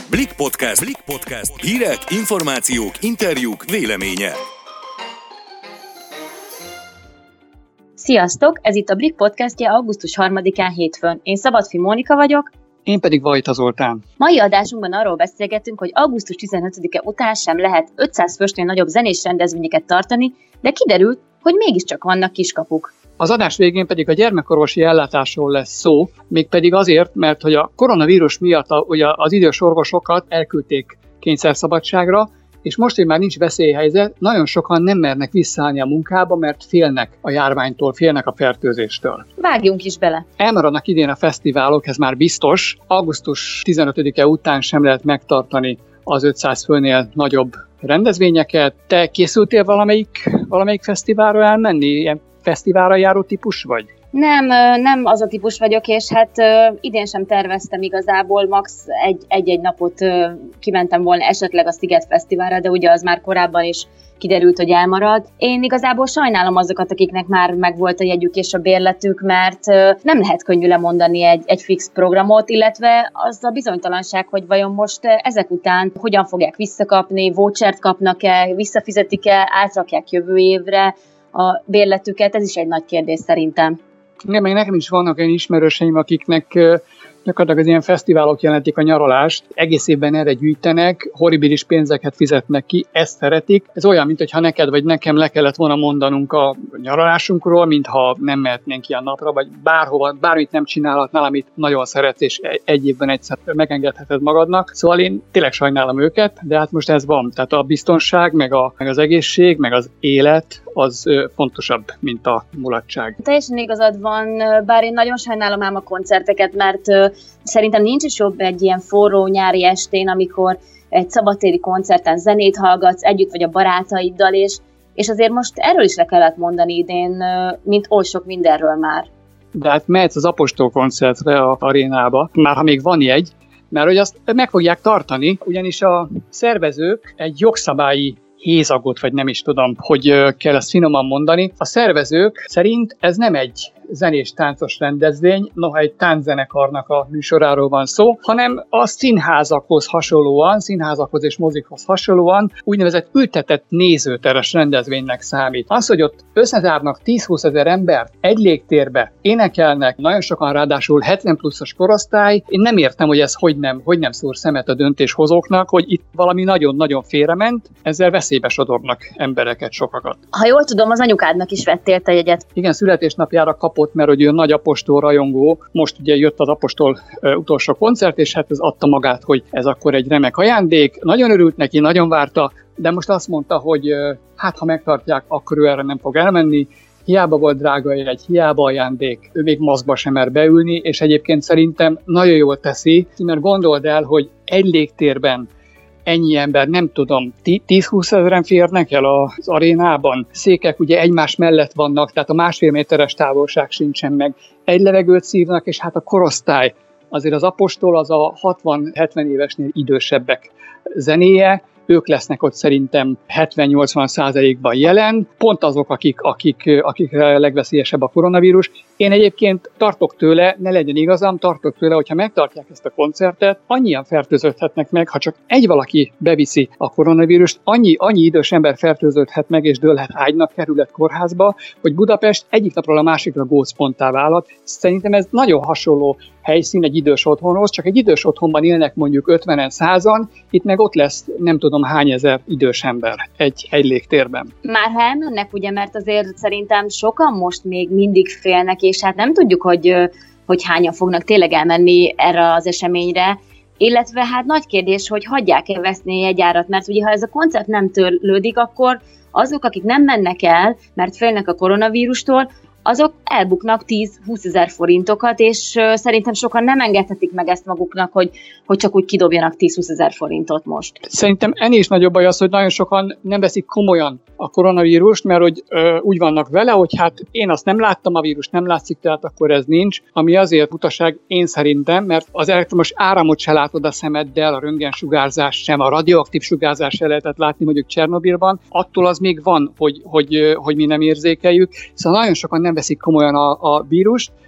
Blik Podcast. Blik Podcast. Hírek, információk, interjúk, véleménye. Sziasztok! Ez itt a Blik Podcastja augusztus 3-án hétfőn. Én Szabadfi Mónika vagyok. Én pedig Vajta Zoltán. Mai adásunkban arról beszélgetünk, hogy augusztus 15-e után sem lehet 500 fősnél nagyobb zenés rendezvényeket tartani, de kiderült, hogy mégiscsak vannak kiskapuk. Az adás végén pedig a gyermekorvosi ellátásról lesz szó, mégpedig azért, mert hogy a koronavírus miatt ugye az idős orvosokat elküldték kényszerszabadságra, és most, hogy már nincs veszélyhelyzet, nagyon sokan nem mernek visszaállni a munkába, mert félnek a járványtól, félnek a fertőzéstől. Vágjunk is bele! Elmaradnak idén a fesztiválok, ez már biztos. Augusztus 15-e után sem lehet megtartani az 500 főnél nagyobb rendezvényeket. Te készültél valamelyik fesztiválra elmenni? Ilyen fesztiválra járó típus vagy? Nem az a típus vagyok, és hát idén sem terveztem igazából, max. egy napot kimentem volna esetleg a Sziget Fesztiválra, de ugye az már korábban is kiderült, hogy elmarad. Én igazából sajnálom azokat, akiknek már megvolt a jegyük és a bérletük, mert nem lehet könnyű lemondani egy fix programot, illetve az a bizonytalanság, hogy vajon most ezek után hogyan fogják visszakapni, vouchert kapnak-e, visszafizetik-e, átrakják jövő évre a bérletüket, ez is egy nagy kérdés szerintem. Igen, meg nekem is vannak olyan ismerőseim, akiknek gyakorlatilag az ilyen fesztiválok jelentik a nyaralást, egész évben erre gyűjtenek, horribilis pénzeket fizetnek ki, ezt szeretik. Ez olyan, mintha neked vagy nekem le kellett volna mondanunk a nyaralásunkról, mintha nem mehetnénk ki a napra, vagy bárhova, bármit nem csinálhatnál, amit nagyon szeretsz, és egy évben egyszer megengedheted magadnak. Szóval én tényleg sajnálom őket, de hát most ez van. Tehát a biztonság, meg az egészség, meg az élet, az fontosabb, mint a mulatság. Teljesen igazad van, bár én nagyon sajnálom ám a koncerteket, mert szerintem nincs is jobb egy ilyen forró nyári estén, amikor egy szabadtéri koncerten zenét hallgatsz, együtt vagy a barátaiddal, és azért most erről is le kellett mondani idén, mint oly sok mindenről már. De hát mehetsz az Apostol koncertre a arénába, már ha még van jegy, mert hogy azt meg fogják tartani, ugyanis a szervezők egy jogszabályi hézagot, vagy nem is tudom, hogy kell ezt finoman mondani. A szervezők szerint ez nem egy zenés-táncos rendezvény, noha egy tánczenekarnak a műsoráról van szó, hanem a színházakhoz és mozikhoz hasonlóan úgynevezett ültetett nézőteres rendezvénynek számít. Az, hogy ott összezárnak 10-20 ezer embert egy légtérbe, énekelnek, nagyon sokan ráadásul 70 pluszos korosztály, én nem értem, hogy ez hogy nem szúr szemet a döntéshozóknak, hogy itt valami nagyon-nagyon félrement, ezzel veszélybe sodornak embereket, sokakat. Ha jól tudom, az anyukádnak is vettél te jegyet. Igen, születésnapjára kapott, mert hogy ő nagy Apostol rajongó, most ugye jött az Apostol utolsó koncert, és hát ez adta magát, hogy ez akkor egy remek ajándék. Nagyon örült neki, nagyon várta, de most azt mondta, hogy hát ha megtartják, akkor ő erre nem fog elmenni. Hiába volt drága egy, hiába ajándék, ő még maszkba sem mer beülni, és egyébként szerintem nagyon jól teszi, mert gondold el, hogy egy légtérben ennyi ember, nem tudom, 10-20 ezeren férnek el az arénában. Székek ugye egymás mellett vannak, tehát a 1,5 méteres távolság sincsen meg. Egy levegőt szívnak, és hát a korosztály, azért az Apostol az a 60-70 évesnél idősebbek zenéje, ők lesznek ott szerintem 70-80%-ban jelen, pont azok, akikre a legveszélyesebb a koronavírus. Én egyébként tartok tőle, ne legyen igazam, tartok tőle, hogyha megtartják ezt a koncertet, annyian fertőződhetnek meg, ha csak egy valaki beviszi a koronavírust, annyi idős ember fertőződhet meg és dőlhet ágynak, kerülhet kórházba, hogy Budapest egyik napról a másikra gócponttá válhat. Szerintem ez nagyon hasonló helyszín egy idős otthonhoz, csak egy idős otthonban élnek mondjuk 50-en, 100-an, itt meg ott lesz nem tudom hány ezer idős ember egy légtérben. Már ha elmennek, ugye, mert azért szerintem sokan most még mindig félnek, és hát nem tudjuk, hogy hányan fognak tényleg elmenni erre az eseményre, illetve hát nagy kérdés, hogy hagyják-e veszni a jegyárat, mert ugye ha ez a koncert nem törlődik, akkor azok, akik nem mennek el, mert félnek a koronavírustól, azok elbuknak 10-20 ezer forintokat, és szerintem sokan nem engedhetik meg ezt maguknak, hogy csak úgy kidobjanak 10-20 ezer forintot most. Szerintem ennél is nagyobb baj az, hogy nagyon sokan nem veszik komolyan a koronavírust, mert hogy úgy vannak vele, hogy hát én azt nem láttam, a vírus nem látszik, tehát akkor ez nincs, ami azért butaság én szerintem, mert az elektromos áramot se látod a szemeddel, a röntgensugárzás sem, a radioaktív sugárzás se lehetett látni mondjuk Csernobilban, attól az még van, hogy mi nem érzékeljük, szóval nagyon sokan nem veszik komolyan a vírust,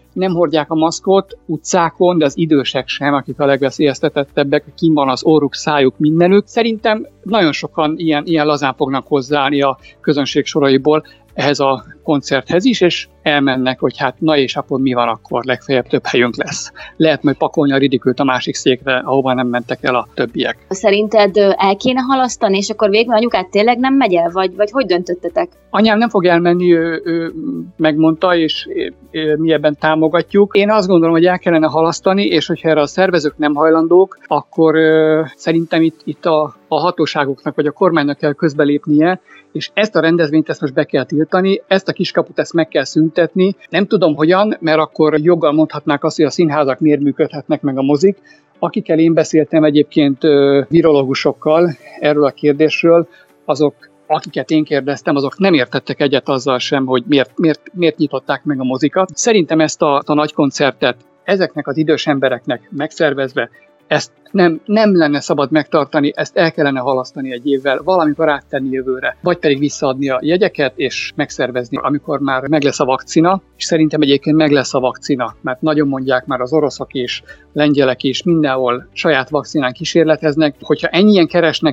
nem hordják a maszkot utcákon, de az idősek sem, akik a legveszélyeztetettebbek, kint van az orruk, szájuk, mindenük. Szerintem nagyon sokan ilyen lazán fognak hozzáállni a közönség soraiból ehhez a koncerthez is, és elmennek, hogy hát na és akkor mi van akkor, legfeljebb több helyünk lesz. Lehet majd pakolni a ridikült a másik székre, ahova nem mentek el a többiek. Szerinted el kéne halasztani, és akkor végül anyukát tényleg nem megy el, vagy hogy döntöttetek? Anyám nem fog elmenni, ő megmondta, és mi ebben támogatjuk. Én azt gondolom, hogy el kellene halasztani, és hogyha erre a szervezők nem hajlandók, akkor szerintem itt a hatóságoknak vagy a kormánynak kell közbelépnie, és ezt a rendezvényt most be kell tiltani, ezt a kiskaput meg kell szüntetni. Nem tudom hogyan, mert akkor joggal mondhatnák azt, hogy a színházak miért működhetnek meg a mozik. Akikkel én beszéltem egyébként virológusokkal erről a kérdésről, azok, akiket én kérdeztem, azok nem értettek egyet azzal sem, hogy miért nyitották meg a mozikat. Szerintem ezt a nagy koncertet ezeknek az idős embereknek megszervezve, ezt nem lenne szabad megtartani, ezt el kellene halasztani egy évvel, valamikor áttenni jövőre, vagy pedig visszaadni a jegyeket, és megszervezni, amikor már meg lesz a vakcina, és szerintem egyébként meg lesz a vakcina, mert nagyon mondják már az oroszok is, lengyelek is, mindenhol saját vakcinán kísérleteznek. Hogyha ennyien keresnek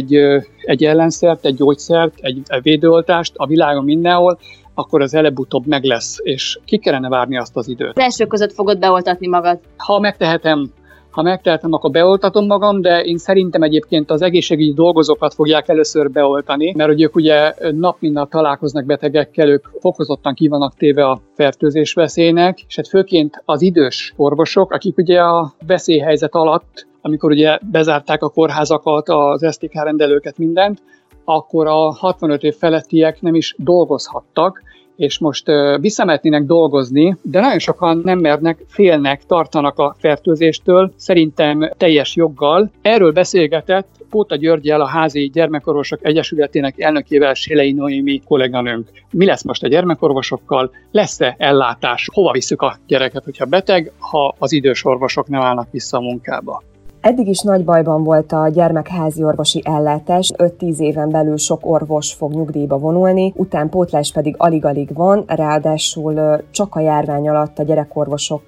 egy ellenszert, egy gyógyszert, egy védőoltást a világon mindenhol, akkor az előbb-utóbb meg lesz, és ki kellene várni azt az időt. Az elsők között fogod beoltatni magad? Ha megtehetem, akkor beoltatom magam, de én szerintem egyébként az egészségügyi dolgozókat fogják először beoltani, mert hogy ők ugye nap mint nap találkoznak betegekkel, ők fokozottan ki vannak téve a fertőzés veszélynek, és hát főként az idős orvosok, akik ugye a veszélyhelyzet alatt, amikor ugye bezárták a kórházakat, az STK rendelőket, mindent, akkor a 65 év felettiek nem is dolgozhattak, és most visszamehetnének dolgozni, de nagyon sokan nem mernek, félnek, tartanak a fertőzéstől, szerintem teljes joggal. Erről beszélgetett Póta Györggyel, a Házi Gyermekorvosok Egyesületének elnökével, Sélei Noémi kolléganőnk. Mi lesz most a gyermekorvosokkal? Lesz-e ellátás? Hova visszük a gyereket, hogyha beteg, ha az idős orvosok nem állnak vissza a munkába? Eddig is nagy bajban volt a gyermekházi orvosi ellátás, 5-10 éven belül sok orvos fog nyugdíjba vonulni, utánpótlás pedig alig-alig van, ráadásul csak a járvány alatt a gyerekorvosok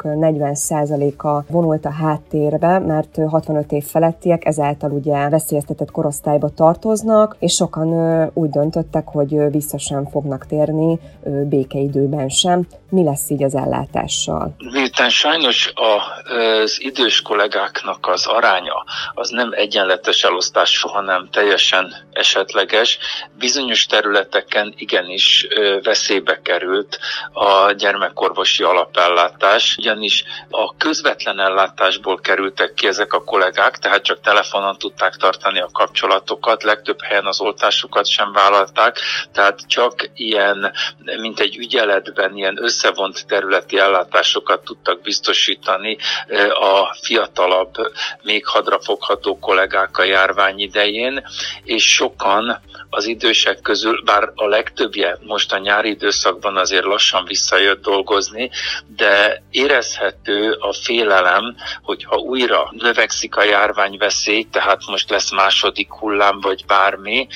40%-a vonult a háttérbe, mert 65 év felettiek, ezáltal ugye veszélyeztetett korosztályba tartoznak, és sokan úgy döntöttek, hogy vissza sem fognak térni békeidőben sem. Mi lesz így az ellátással? Miután sajnos az idős kollégáknak az aránya az nem egyenletes elosztás, soha nem teljesen esetleges. Bizonyos területeken igenis veszélybe került a gyermekorvosi alapellátás, ugyanis a közvetlen ellátásból kerültek ki ezek a kollégák, tehát csak telefonon tudták tartani a kapcsolatokat, legtöbb helyen az oltásukat sem vállalták, tehát csak ilyen, mint egy ügyeletben, ilyen összevont területi ellátásokat tudtak biztosítani a fiatalabb, még hadrafogható kollégák a járvány idején, és sokan az idősek közül, bár a legtöbbje most a nyári időszakban azért lassan visszajött dolgozni, de érezhető a félelem, hogy ha újra növekszik a járványveszély, tehát most lesz második hullám vagy bármi,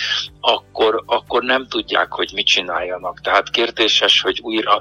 akkor nem tudják, hogy mit csináljanak. Tehát kérdéses, hogy újra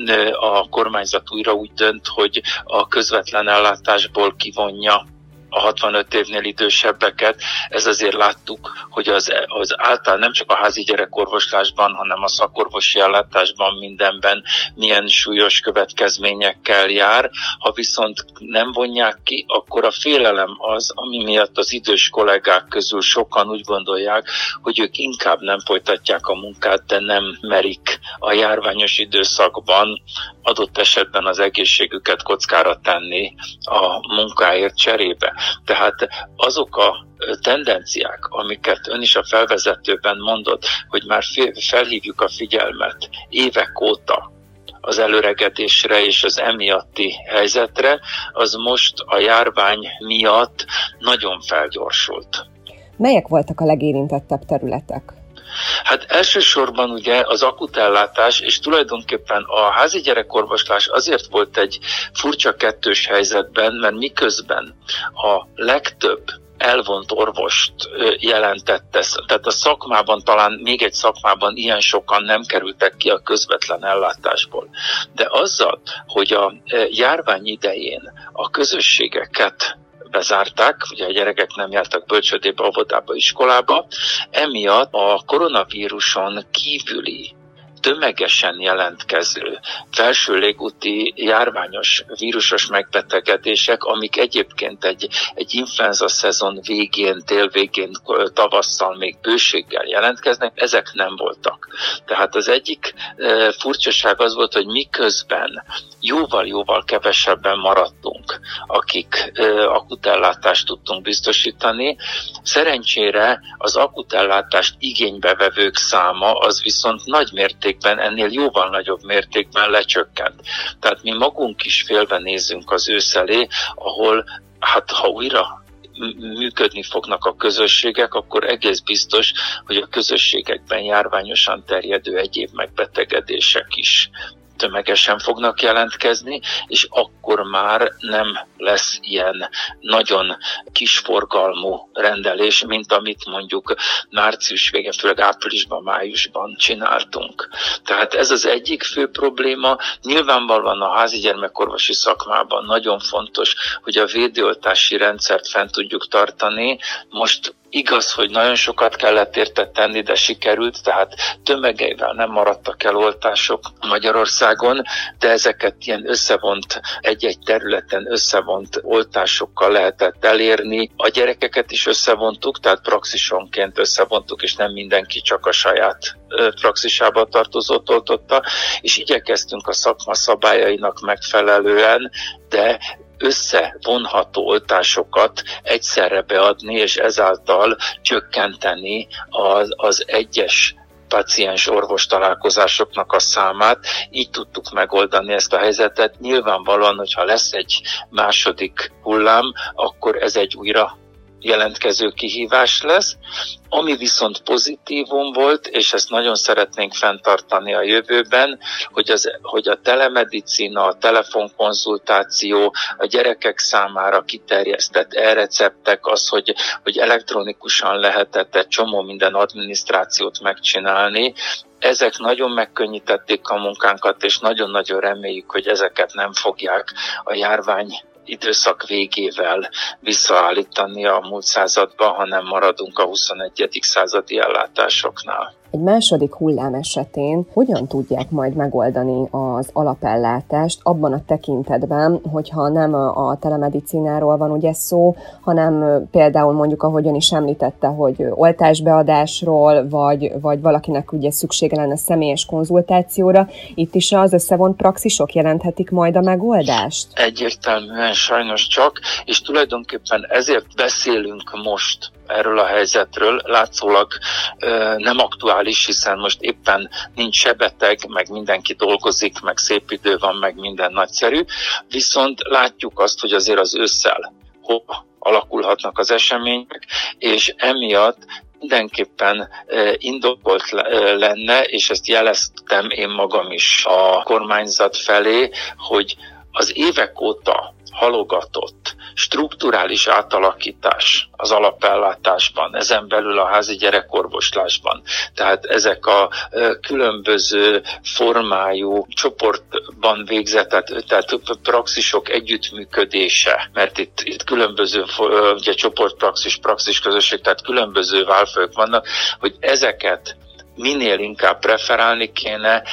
a kormányzat újra úgy dönt, hogy a közvetlen ellátásból kivonja a 65 évnél idősebbeket. Ez azért láttuk, hogy az által nem csak a házi gyerekorvoslásban, hanem a szakorvosi ellátásban mindenben milyen súlyos következményekkel jár. Ha viszont nem vonják ki, akkor a félelem az, ami miatt az idős kollégák közül sokan úgy gondolják, hogy ők inkább nem folytatják a munkát, de nem merik a járványos időszakban adott esetben az egészségüket kockára tenni a munkáért cserébe. Tehát azok a tendenciák, amiket ön is a felvezetőben mondott, hogy már felhívjuk a figyelmet évek óta az előregedésre és az emiatti helyzetre, az most a járvány miatt nagyon felgyorsult. Melyek voltak a legérintettebb területek? Hát elsősorban ugye az akut ellátás, és tulajdonképpen a házi gyerekorvoslás azért volt egy furcsa kettős helyzetben, mert miközben a legtöbb elvont orvost jelentette. Tehát a szakmában, talán még egy szakmában ilyen sokan nem kerültek ki a közvetlen ellátásból. De azzal, hogy a járvány idején a közösségeket bezárták, ugye a gyerekek nem jártak bölcsődébe, óvodába, iskolába, emiatt a koronavíruson kívüli tömegesen jelentkező felső légúti járványos vírusos megbetegedések, amik egyébként egy influenza szezon végén, tél végén, tavasszal még bőséggel jelentkeznek, ezek nem voltak. Tehát az egyik furcsaság az volt, hogy miközben jóval-jóval kevesebben maradtunk, akik akutellátást tudtunk biztosítani. Szerencsére az akutellátást igénybevevők száma az viszont nagy mértékben, ennél jóval nagyobb mértékben lecsökkent. Tehát mi magunk is félve nézzünk az ősz elé, ahol ha újra működni fognak a közösségek, akkor egész biztos, hogy a közösségekben járványosan terjedő egyéb megbetegedések is tömegesen fognak jelentkezni, és akkor már nem lesz ilyen nagyon kisforgalmú rendelés, mint amit mondjuk március vége, főleg áprilisban, májusban csináltunk. Tehát ez az egyik fő probléma. Nyilvánvalóan a házi gyermekorvosi szakmában nagyon fontos, hogy a védőoltási rendszert fent tudjuk tartani. Most igaz, hogy nagyon sokat kellett érte tenni, de sikerült, tehát tömegeivel nem maradtak el oltások Magyarországon, de ezeket ilyen összevont, egy-egy területen összevont oltásokkal lehetett elérni. A gyerekeket is összevontuk, tehát praxisonként összevontuk, és nem mindenki csak a saját praxisába tartozott oltotta, és igyekeztünk a szakma szabályainak megfelelően, de összevonható oltásokat egyszerre beadni, és ezáltal csökkenteni az egyes paciens orvos találkozásoknak a számát. Így tudtuk megoldani ezt a helyzetet. Nyilvánvalóan, hogyha lesz egy második hullám, akkor ez egy újra jelentkező kihívás lesz. Ami viszont pozitívum volt, és ezt nagyon szeretnénk fenntartani a jövőben, hogy a telemedicina, a telefonkonzultáció, a gyerekek számára kiterjesztett e-receptek, az, hogy elektronikusan lehetett egy csomó minden adminisztrációt megcsinálni, ezek nagyon megkönnyítették a munkánkat, és nagyon-nagyon reméljük, hogy ezeket nem fogják a járvány időszak végével visszaállítani a múlt században, hanem maradunk a 21. századi ellátásoknál. Egy második hullám esetén hogyan tudják majd megoldani az alapellátást abban a tekintetben, hogyha nem a telemedicináról van ugye szó, hanem például mondjuk, ahogy ön is említette, hogy oltásbeadásról, vagy valakinek ugye szüksége lenne személyes konzultációra, itt is az összevont praxisok jelenthetik majd a megoldást? Egyértelműen sajnos csak, és tulajdonképpen ezért beszélünk most erről a helyzetről, látszólag nem aktuális, hiszen most éppen nincs se beteg, meg mindenki dolgozik, meg szép idő van, meg minden nagyszerű, viszont látjuk azt, hogy azért az ősszel hova alakulhatnak az események, és emiatt mindenképpen indokolt lenne, és ezt jeleztem én magam is a kormányzat felé, hogy az évek óta halogatott strukturális átalakítás az alapellátásban, ezen belül a házi gyerekorvoslásban. Tehát ezek a különböző formájú csoportban végzett, tehát praxisok együttműködése, mert itt különböző ugye, csoportpraxis, praxis közösség, tehát különböző válfajok vannak, hogy ezeket minél inkább preferálni kéne,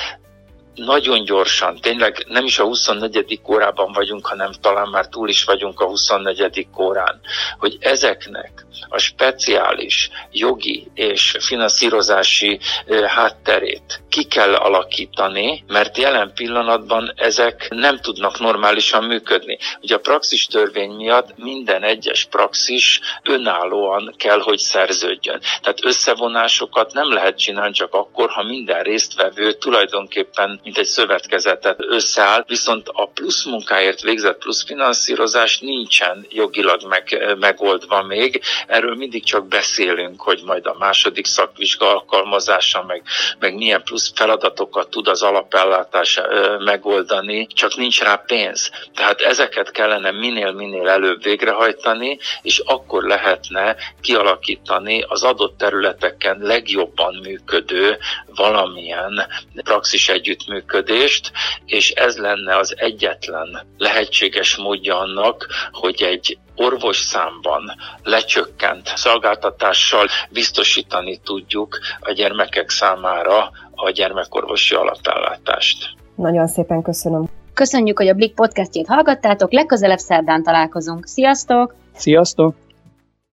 nagyon gyorsan, tényleg nem is a 24. órában vagyunk, hanem talán már túl is vagyunk a 24. órán, hogy ezeknek a speciális jogi és finanszírozási hátterét ki kell alakítani, mert jelen pillanatban ezek nem tudnak normálisan működni. Ugye a praxis törvény miatt minden egyes praxis önállóan kell, hogy szerződjön. Tehát összevonásokat nem lehet csinálni csak akkor, ha minden résztvevő tulajdonképpen mint egy szövetkezetet összeáll, viszont a plusz munkáért végzett plusz finanszírozás nincsen jogilag megoldva még. erről mindig csak beszélünk, hogy majd a második szakvizsga alkalmazása, meg milyen plusz feladatokat tud az alapellátás megoldani, csak nincs rá pénz. Tehát ezeket kellene minél előbb végrehajtani, és akkor lehetne kialakítani az adott területeken legjobban működő valamilyen praxis együttműködést, és ez lenne az egyetlen lehetséges módja annak, hogy egy orvosszámban lecsökkent szolgáltatással biztosítani tudjuk a gyermekek számára a gyermekorvosi alapellátást. Nagyon szépen köszönöm. Köszönjük, hogy a Blik podcastjét hallgattátok, legközelebb szerdán találkozunk. Sziasztok! Sziasztok!